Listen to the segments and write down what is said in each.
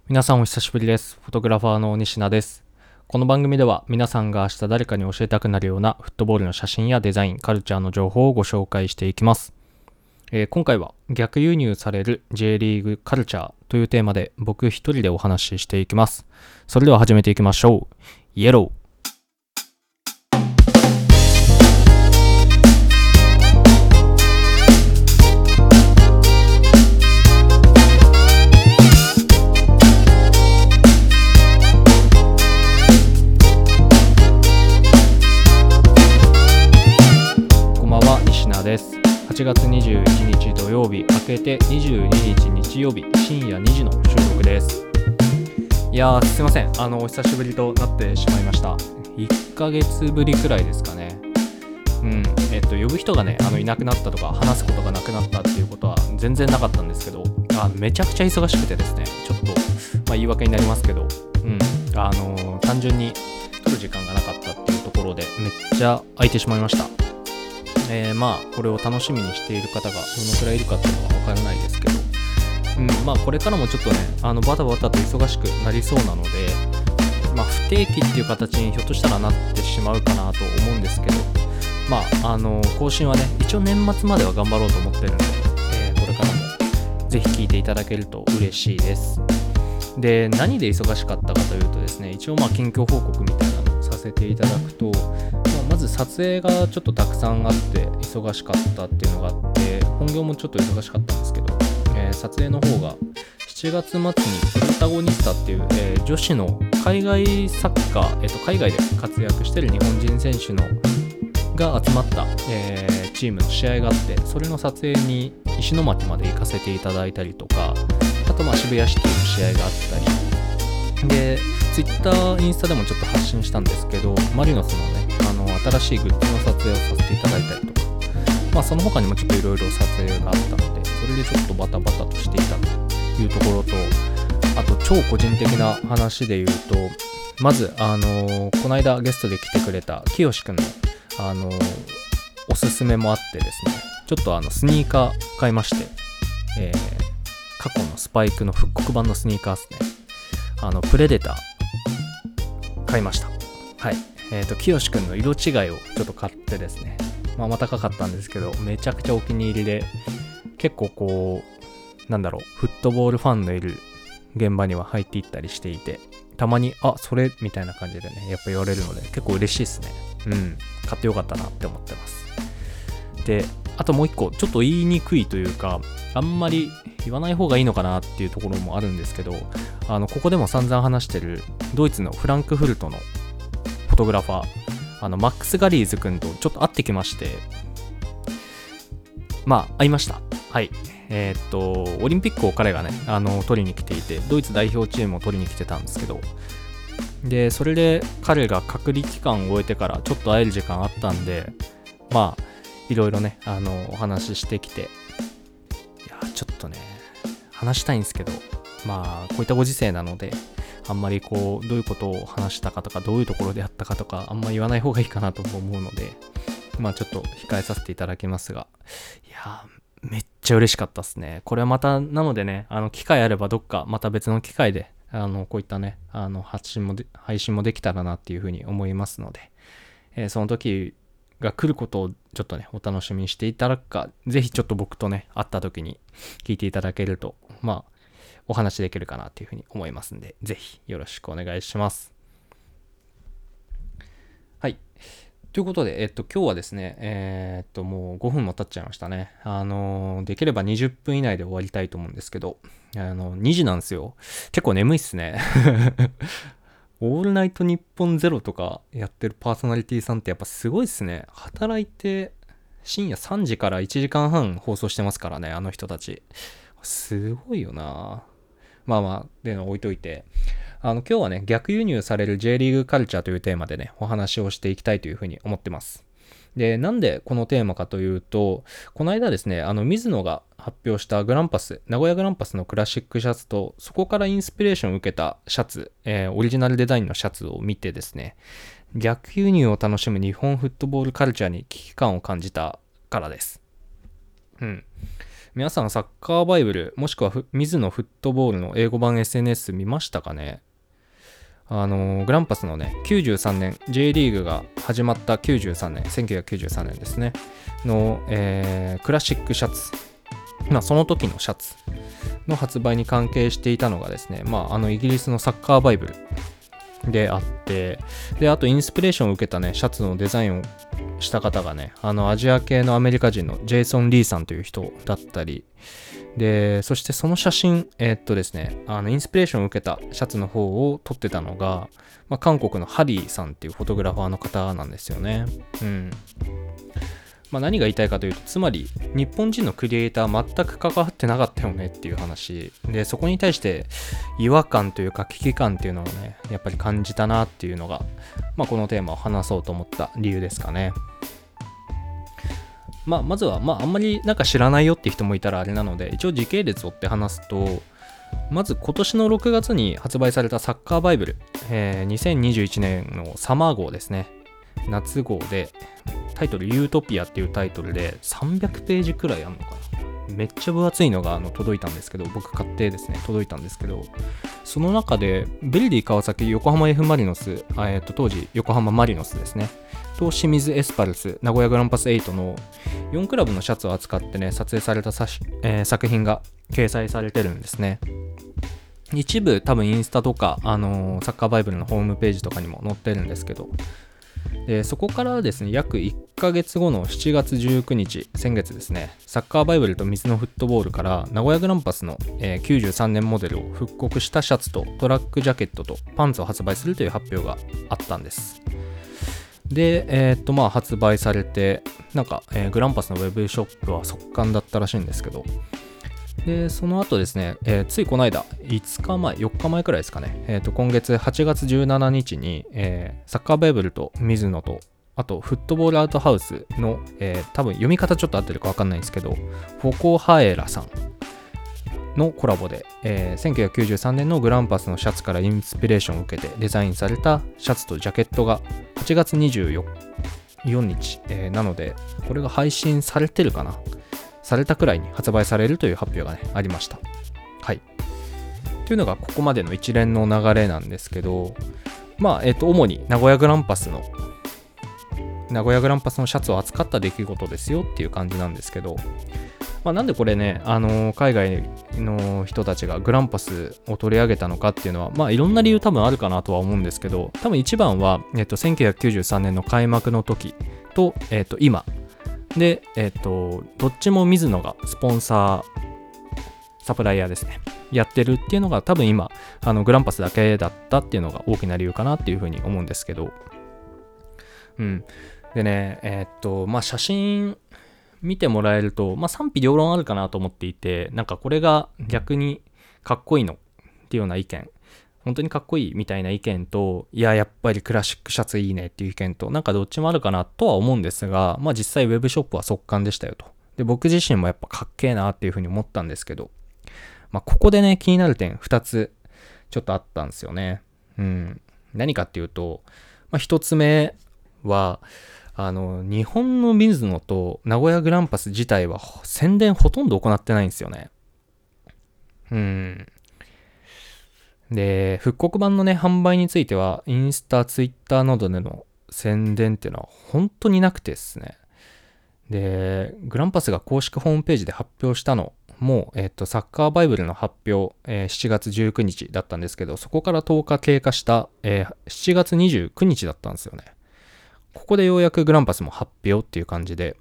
皆さんお久しぶりです。フォトグラファーの西名です。この番組では皆さんが明日誰かに教えたくなるようなフットボールの写真やデザイン、カルチャーの情報をご紹介していきます。今回は逆輸入される J リーグカルチャーというテーマで僕一人でお話ししていきます。それでは始めていきましょう。イエロー。です。8月21日土曜日、明けて22日日曜日、深夜2時の収録です。いやー、すいません。お久しぶりとなってしまいました。1ヶ月ぶりくらいですかね。呼ぶ人がね、いなくなったとか、話すことがなくなったっていうことは全然なかったんですけど、めちゃくちゃ忙しくてですね、ちょっと、言い訳になりますけど、単純に撮る時間がなかったっていうところで、めっちゃ空いてしまいました。これを楽しみにしている方がどのくらいいるかっていうのは分からないですけど、これからもちょっとね、バタバタと忙しくなりそうなので、不定期っていう形にひょっとしたらなってしまうかなと思うんですけど、更新はね、一応年末までは頑張ろうと思ってるので、これからもぜひ聞いていただけると嬉しいです。で、何で忙しかったかというとですね、一応近況報告みたいなのをさせていただくと、まず撮影がちょっとたくさんあって忙しかったっていうのがあって、本業もちょっと忙しかったんですけど、撮影の方が7月末にプロタゴニスタっていう、女子の海外サッカー、海外で活躍してる日本人選手のが集まった、チームの試合があって、それの撮影に石巻まで行かせていただいたりとか、あと渋谷シティの試合があったりで、Twitter、インスタでもちょっと発信したんですけど、マリノスのね、新しいグッズの撮影をさせていただいたりとか、その他にもちょっといろいろ撮影があったので、それでちょっとバタバタとしていたというところと、あと超個人的な話で言うと、まずこの間ゲストで来てくれたきよしくんのおすすめもあってですね、ちょっとスニーカー買いまして、過去のスパイクの復刻版のスニーカーですね。プレデター買いました。はい。きよしくんの色違いをちょっと買ってですね、また高かったんですけど、めちゃくちゃお気に入りで、結構フットボールファンのいる現場には入っていったりしていて、たまにそれみたいな感じでね、やっぱ言われるので結構嬉しいですね。買ってよかったなって思ってます。で、あともう一個ちょっと言いにくいというか、あんまり言わない方がいいのかなっていうところもあるんですけど、ここでも散々話してるドイツのフランクフルトのフォトグラファー、マックス・ガリーズ君とちょっと会ってきまして、会いました。はい。オリンピックを彼がね、取りに来ていて、ドイツ代表チームを取りに来てたんですけど、で、それで彼が隔離期間を終えてからちょっと会える時間あったんで、いろいろね、お話ししてきて、いや、ちょっとね、話したいんですけど、こういったご時世なので、あんまりどういうことを話したかとか、どういうところでやったかとか、あんま言わない方がいいかなと思うので、ちょっと控えさせていただきますが、いやー、めっちゃ嬉しかったですね。これはまた、なのでね、機会あればどっか、また別の機会で、こういったね、配信もできたらなっていうふうに思いますので、その時が来ることをちょっとね、お楽しみにしていただくか、ぜひちょっと僕とね、会った時に聞いていただけると、お話できるかなっていうふうに思いますんで、ぜひよろしくお願いします。はい。ということで、今日はですね、もう5分も経っちゃいましたね。できれば20分以内で終わりたいと思うんですけど、2時なんですよ。結構眠いっすね。オールナイトニッポンゼロとかやってるパーソナリティさんってやっぱすごいっすね。働いて深夜3時から1時間半放送してますからね、あの人たち。すごいよな。で置いといて、今日はね、逆輸入される J リーグカルチャーというテーマでね、お話をしていきたいというふうに思ってます。で、なんでこのテーマかというと、この間ですね、水野が発表したグランパス、名古屋グランパスのクラシックシャツと、そこからインスピレーションを受けたシャツ、オリジナルデザインのシャツを見てですね、逆輸入を楽しむ日本フットボールカルチャーに危機感を感じたからです。 皆さんサッカーバイブルもしくは水野フットボールの英語版 SNS 見ましたかね。グランパスのね93年 J リーグが始まった93年1993年ですねの、クラシックシャツ、その時のシャツの発売に関係していたのがですね、イギリスのサッカーバイブルであって、であとインスピレーションを受けたねシャツのデザインをした方がねアジア系のアメリカ人のジェイソン・リーさんという人だったりで、そしてその写真ですねインスピレーションを受けたシャツの方を撮ってたのが、韓国のハリーさんっていうフォトグラファーの方なんですよね。何が言いたいかというと、つまり日本人のクリエイター全く関わってなかったよねっていう話で、そこに対して違和感というか危機感っていうのをねやっぱり感じたなっていうのが、このテーマを話そうと思った理由ですかね。まずはあんまりなんか知らないよって人もいたらあれなので、一応時系列を追って話すと、まず今年の6月に発売されたサッカーバイブル、2021年のサマー号ですね、夏号で、タイトルユートピアっていうタイトルで300ページくらいあるのかな。めっちゃ分厚いのが届いたんですけど、僕買ってですね届いたんですけど、その中でベルディ川崎、横浜 F マリノス、当時横浜マリノスですねと清水エスパルス、名古屋グランパス8の4クラブのシャツを扱ってね撮影された作品が掲載されてるんですね。一部多分インスタとか、サッカーバイブルのホームページとかにも載ってるんですけど、でそこからですね約1ヶ月後の7月19日、先月ですね、サッカーバイブルと水のフットボールから名古屋グランパスの、93年モデルを復刻したシャツとトラックジャケットとパンツを発売するという発表があったんです。で、発売されて、グランパスのウェブショップは速乾だったらしいんですけど、でその後ですね、ついこの間5日前4日前くらいですかね、今月8月17日に、サッカーバイブルと水野とあとフットボールアウトハウスの、多分読み方ちょっと合ってるか分かんないんですけど、フォコハエラさんのコラボで、1993年のグランパスのシャツからインスピレーションを受けてデザインされたシャツとジャケットが8月24日、なのでこれが配信されてるかな、されたくらいに発売されるという発表がねありました。はい。というのがここまでの一連の流れなんですけど、主に名古屋グランパスのシャツを扱った出来事ですよっていう感じなんですけど、なんでこれね、海外の人たちがグランパスを取り上げたのかっていうのは、いろんな理由多分あるかなとは思うんですけど、多分一番は、1993年の開幕の時と、今で、どっちも水野がスポンサプライヤーですねやってるっていうのが多分今グランパスだけだったっていうのが大きな理由かなっていうふうに思うんですけど、でね写真見てもらえると賛否両論あるかなと思っていて、これが逆にかっこいいのっていうような意見、本当にかっこいいみたいな意見と、やっぱりクラシックシャツいいねっていう意見と、どっちもあるかなとは思うんですが、実際ウェブショップは速乾でしたよと。で僕自身もやっぱかっけえなっていうふうに思ったんですけど、ここでね気になる点2つちょっとあったんですよね。何かっていうと、1つ目は日本の水野と名古屋グランパス自体は宣伝ほとんど行ってないんですよね。で復刻版のね販売についてはインスタ、ツイッターなどでの宣伝っていうのは本当になくてですね。でグランパスが公式ホームページで発表したのもサッカーバイブルの発表、7月19日だったんですけど、そこから10日経過した、7月29日だったんですよね。ここでようやくグランパスも発表っていう感じで、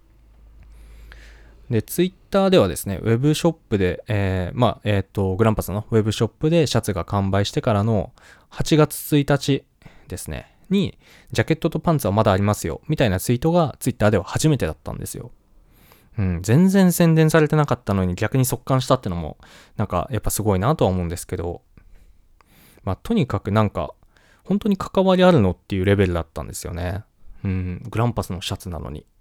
ツイッターではですね、ウェブショップで、グランパスのウェブショップでシャツが完売してからの8月1日ですね、に、ジャケットとパンツはまだありますよ、みたいなツイートがツイッターでは初めてだったんですよ。全然宣伝されてなかったのに逆に速乾したってのも、やっぱすごいなとは思うんですけど、とにかく本当に関わりあるのっていうレベルだったんですよね。グランパスのシャツなのに。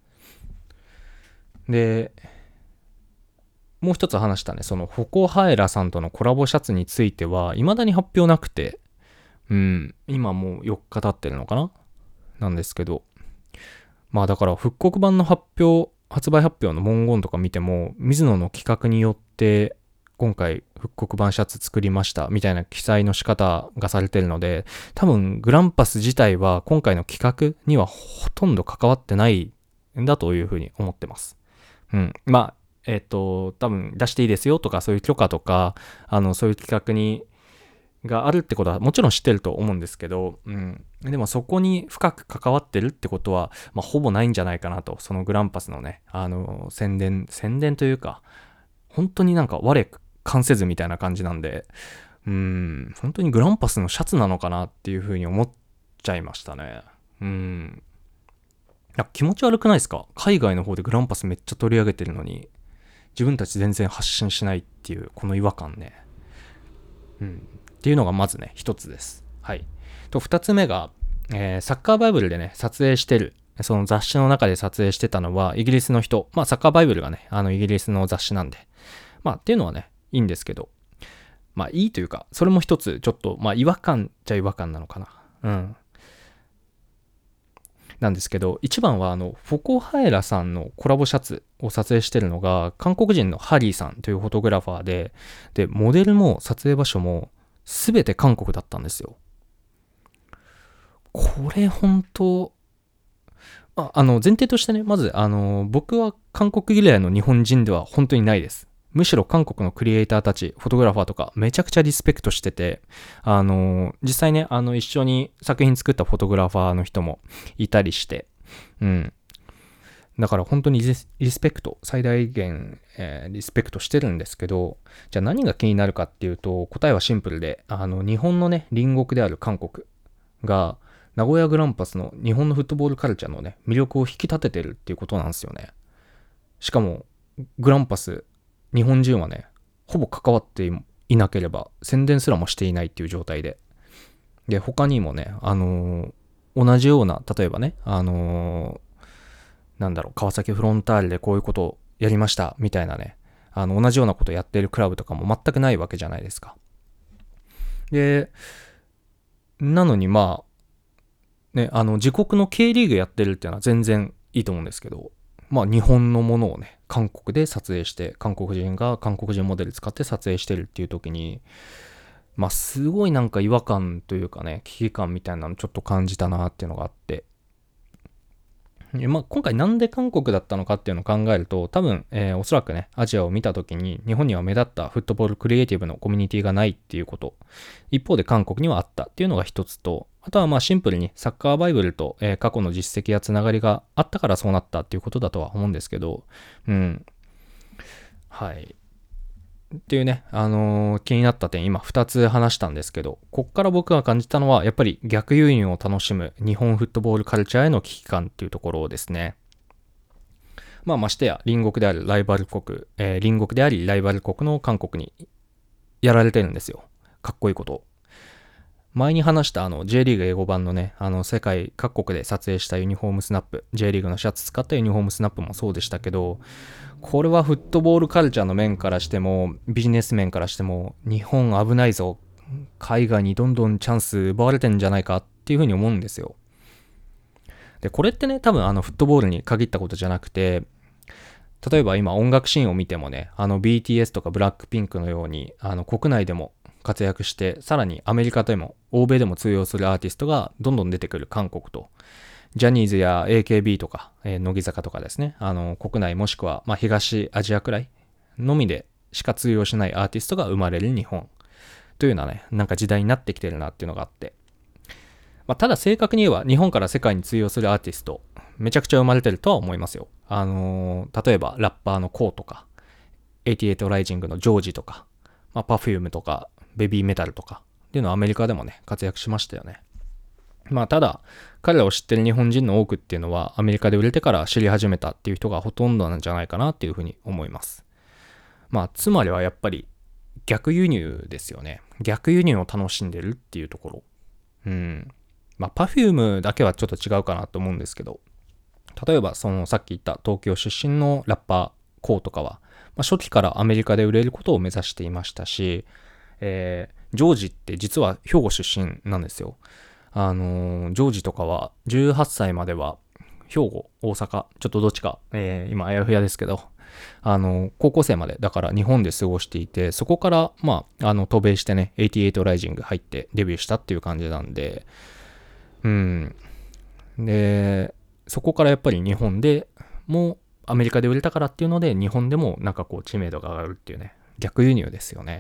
でもう一つ話したね、そのホコハエラさんとのコラボシャツについては未だに発表なくて、今もう4日経ってるのかななんですけど、だから復刻版の発表発売発表の文言とか見ても、水野の企画によって今回復刻版シャツ作りましたみたいな記載の仕方がされてるので、多分グランパス自体は今回の企画にはほとんど関わってないんだというふうに思ってます。まあ多分出していいですよとかそういう許可とかそういう企画にがあるってことはもちろん知ってると思うんですけど、でもそこに深く関わってるってことは、ほぼないんじゃないかなと。そのグランパスのね宣伝というか、本当になんか我関せずみたいな感じなんで、本当にグランパスのシャツなのかなっていうふうに思っちゃいましたね。いや気持ち悪くないですか？海外の方でグランパスめっちゃ取り上げてるのに自分たち全然発信しないっていうこの違和感ね。っていうのがまずね一つです。はい。と二つ目が、サッカーバイブルでね撮影してる、その雑誌の中で撮影してたのはイギリスの人。サッカーバイブルがねイギリスの雑誌なんで、っていうのはねいいんですけど、いいというかそれも一つちょっと違和感じゃ違和感なのかな。なんですけど、一番はフォコハエラさんのコラボシャツを撮影してるのが韓国人のハリーさんというフォトグラファーで、モデルも撮影場所も全て韓国だったんですよ。これ本当前提としてね、まず僕は韓国嫌いの日本人では本当にないです。むしろ韓国のクリエイターたち、フォトグラファーとかめちゃくちゃリスペクトしてて、実際ね、一緒に作品作ったフォトグラファーの人もいたりして、だから本当にリスペクト、最大限、リスペクトしてるんですけど、じゃあ何が気になるかっていうと、答えはシンプルで、日本のね、隣国である韓国が、名古屋グランパスの日本のフットボールカルチャーのね、魅力を引き立ててるっていうことなんですよね。しかも、グランパス、日本人はね、ほぼ関わっていなければ、宣伝すらもしていないっていう状態で。で、他にもね、同じような、例えばね、川崎フロンターレでこういうことをやりました、みたいなね、同じようなことをやっているクラブとかも全くないわけじゃないですか。で、なのに自国の K リーグやってるっていうのは全然いいと思うんですけど、日本のものをね、韓国で撮影して、韓国人が韓国人モデル使って撮影してるっていう時に、すごいなんか違和感というかね、危機感みたいなのちょっと感じたなっていうのがあって、今回なんで韓国だったのかっていうのを考えると、多分、おそらくね、アジアを見たときに日本には目立ったフットボールクリエイティブのコミュニティがないっていうこと。一方で韓国にはあったっていうのが一つと、あとはシンプルにサッカーバイブルと、過去の実績やつながりがあったからそうなったっていうことだとは思うんですけど、はい。っていうね、気になった点、今2つ話したんですけど、こっから僕が感じたのは、やっぱり逆輸入を楽しむ日本フットボールカルチャーへの危機感っていうところですね。ましてや隣国であるライバル国、隣国でありライバル国の韓国にやられてるんですよ。かっこいいことを。前に話したJ リーグ英語版のね、世界各国で撮影したユニフォームスナップ、J リーグのシャツ使ったユニフォームスナップもそうでしたけど、これはフットボールカルチャーの面からしても、ビジネス面からしても、日本危ないぞ、海外にどんどんチャンス奪われてんじゃないかっていうふうに思うんですよ。で、これってね、多分フットボールに限ったことじゃなくて、例えば今音楽シーンを見てもね、BTS とかブラックピンクのように、国内でも活躍して、さらにアメリカでも欧米でも通用するアーティストがどんどん出てくる韓国と、ジャニーズや AKB とか、乃木坂とかですね、国内もしくは、東アジアくらいのみでしか通用しないアーティストが生まれる日本というようなね、なんか時代になってきてるなっていうのがあって、ただ正確に言えば日本から世界に通用するアーティストめちゃくちゃ生まれてるとは思いますよ。例えばラッパーのコーとか、88ライジングのジョージとか、Perfume とか、ベビーメタルとかっていうのはアメリカでもね、活躍しましたよね。ただ、彼らを知ってる日本人の多くっていうのはアメリカで売れてから知り始めたっていう人がほとんどなんじゃないかなっていうふうに思います。つまりはやっぱり逆輸入ですよね。逆輸入を楽しんでるっていうところ。Perfume だけはちょっと違うかなと思うんですけど、例えばさっき言った東京出身のラッパー、コーとかは、初期からアメリカで売れることを目指していましたし、ジョージって実は兵庫出身なんですよ。ジョージとかは18歳までは兵庫、大阪、ちょっとどっちか、今あやふやですけど、高校生までだから日本で過ごしていて、そこから渡米してね、88ライジング入ってデビューしたっていう感じなんで、で、そこからやっぱり日本でもアメリカで売れたからっていうので、日本でもなんかこう知名度が上がるっていうね、逆輸入ですよね。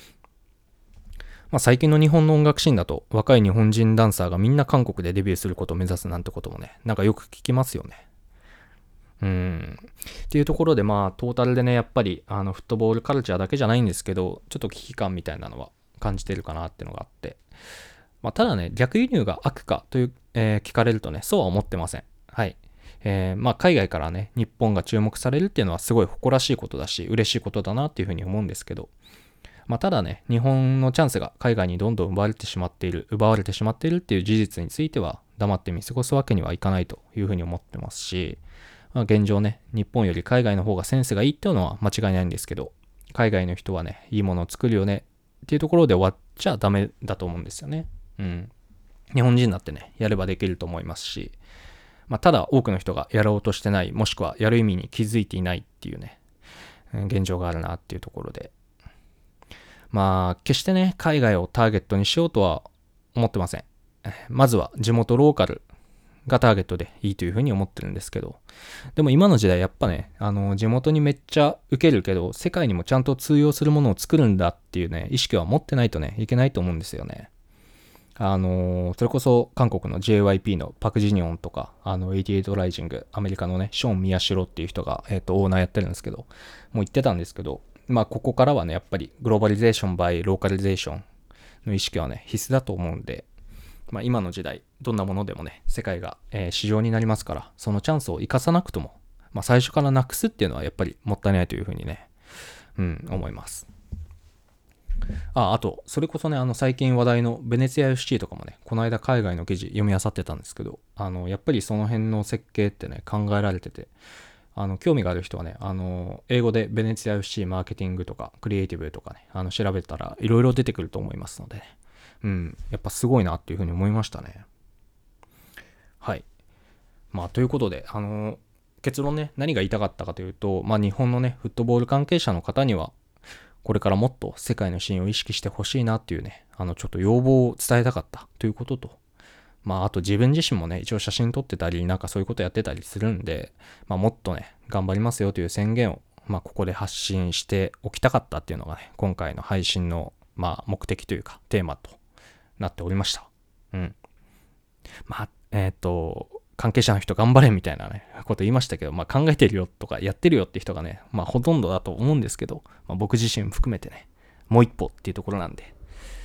最近の日本の音楽シーンだと、若い日本人ダンサーがみんな韓国でデビューすることを目指すなんてこともね、なんかよく聞きますよね。っていうところでトータルでね、やっぱりフットボールカルチャーだけじゃないんですけど、ちょっと危機感みたいなのは感じてるかなっていうのがあって、ただね、逆輸入が悪かという、聞かれるとね、そうは思ってません。はい。海外からね、日本が注目されるっていうのはすごい誇らしいことだし、嬉しいことだなっていうふうに思うんですけど、ただね、日本のチャンスが海外にどんどん奪われてしまっているっていう事実については黙って見過ごすわけにはいかないというふうに思ってますし、現状ね、日本より海外の方がセンスがいいっていうのは間違いないんですけど、海外の人はね、いいものを作るよねっていうところで終わっちゃダメだと思うんですよね。日本人だってね、やればできると思いますし、ただ多くの人がやろうとしてない、もしくはやる意味に気づいていないっていうね、現状があるなっていうところで、決してね、海外をターゲットにしようとは思ってません。まずは地元ローカルがターゲットでいいというふうに思ってるんですけど、でも今の時代やっぱね、地元にめっちゃ受けるけど、世界にもちゃんと通用するものを作るんだっていうね、意識は持ってないとね、いけないと思うんですよね。それこそ韓国の JYP のパクジニョンとか、88ライジング、アメリカのね、ショーン・ミヤシロっていう人が、オーナーやってるんですけど、もう言ってたんですけど、ここからはね、やっぱりグローバリゼーション by ローカリゼーションの意識はね、必須だと思うんで、今の時代、どんなものでもね、世界が、市場になりますから、そのチャンスを生かさなくとも、最初からなくすっていうのはやっぱりもったいないというふうにね、思います。あと、それこそね、最近話題のベネツィア FC とかもね、この間海外の記事読み漁ってたんですけど、やっぱりその辺の設計ってね、考えられてて、興味がある人はね、英語でベネツィア FC マーケティングとかクリエイティブとかね、調べたらいろいろ出てくると思いますのでね、やっぱすごいなっていうふうに思いましたね。はい。ということで、結論ね、何が言いたかったかというと、日本のね、フットボール関係者の方には、これからもっと世界のシーンを意識してほしいなっていうね、ちょっと要望を伝えたかったということと、あと自分自身もね、一応写真撮ってたり、なんかそういうことやってたりするんで、もっとね、頑張りますよという宣言を、ここで発信しておきたかったっていうのがね、今回の配信の、目的というか、テーマとなっておりました。関係者の人頑張れみたいなね、こと言いましたけど、考えてるよとかやってるよって人がね、ほとんどだと思うんですけど、僕自身含めてね、もう一歩っていうところなんで、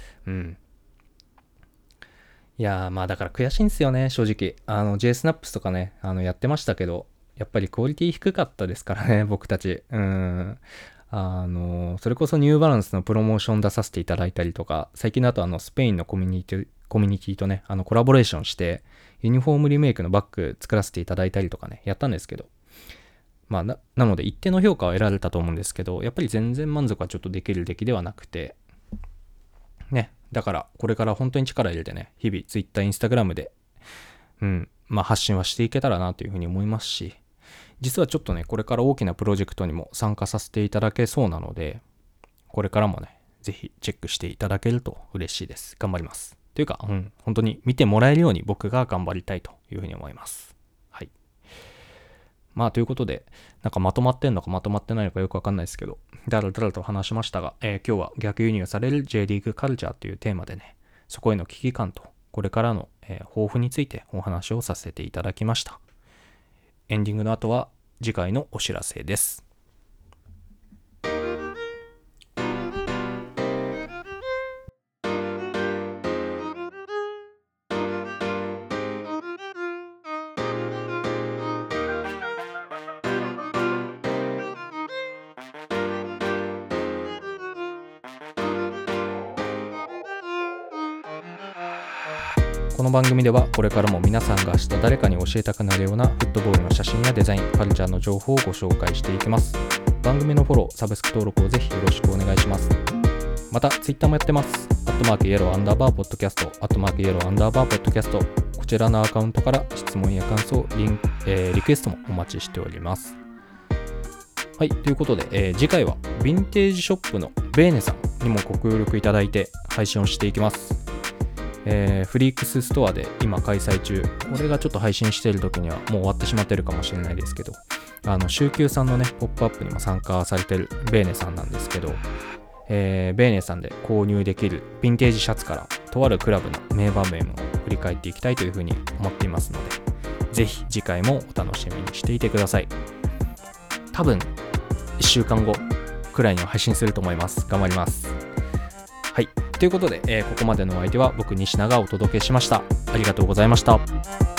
いやだから悔しいんですよね、正直。JSNAPS とかね、やってましたけど、やっぱりクオリティ低かったですからね、僕たち。それこそニューバランスのプロモーション出させていただいたりとか、最近だとスペインのコミュニティとね、コラボレーションして、ユニフォームリメイクのバッグ作らせていただいたりとかね、やったんですけど、なので一定の評価は得られたと思うんですけど、やっぱり全然満足はちょっとできる出来ではなくて、ね、だからこれから本当に力入れてね、日々 Twitter、Instagram で、発信はしていけたらなというふうに思いますし、実はちょっとね、これから大きなプロジェクトにも参加させていただけそうなので、これからもね、ぜひチェックしていただけると嬉しいです。頑張ります。というか、本当に見てもらえるように僕が頑張りたいというふうに思います。はい。ということで、なんかまとまってんのかまとまってないのかよくわかんないですけど、だらだらと話しましたが、今日は逆輸入される J リーグカルチャーというテーマでね、そこへの危機感と、これからの、抱負についてお話をさせていただきました。エンディングの後は次回のお知らせです。この番組ではこれからも皆さんが明日誰かに教えたくなるようなフットボールの写真やデザイン、カルチャーの情報をご紹介していきます。番組のフォロー、サブスク登録をぜひよろしくお願いします。また、ツイッターもやってます。@yellow_podcast、@yellow_podcast。こちらのアカウントから質問や感想、リクエストもお待ちしております。はい、ということで、次回はヴィンテージショップのベーネさんにもご協力いただいて配信をしていきます。フリークスストアで今開催中、これがちょっと配信している時にはもう終わってしまってるかもしれないですけど、週休さんのね、ポップアップにも参加されてるベーネさんなんですけど、ベーネさんで購入できるヴィンテージシャツからとあるクラブの名場面を振り返っていきたいというふうに思っていますので、ぜひ次回もお楽しみにしていてください。多分1週間後くらいには配信すると思います。頑張ります。はい、ということで、ここまでのお相手は僕西永がお届けしました。ありがとうございました。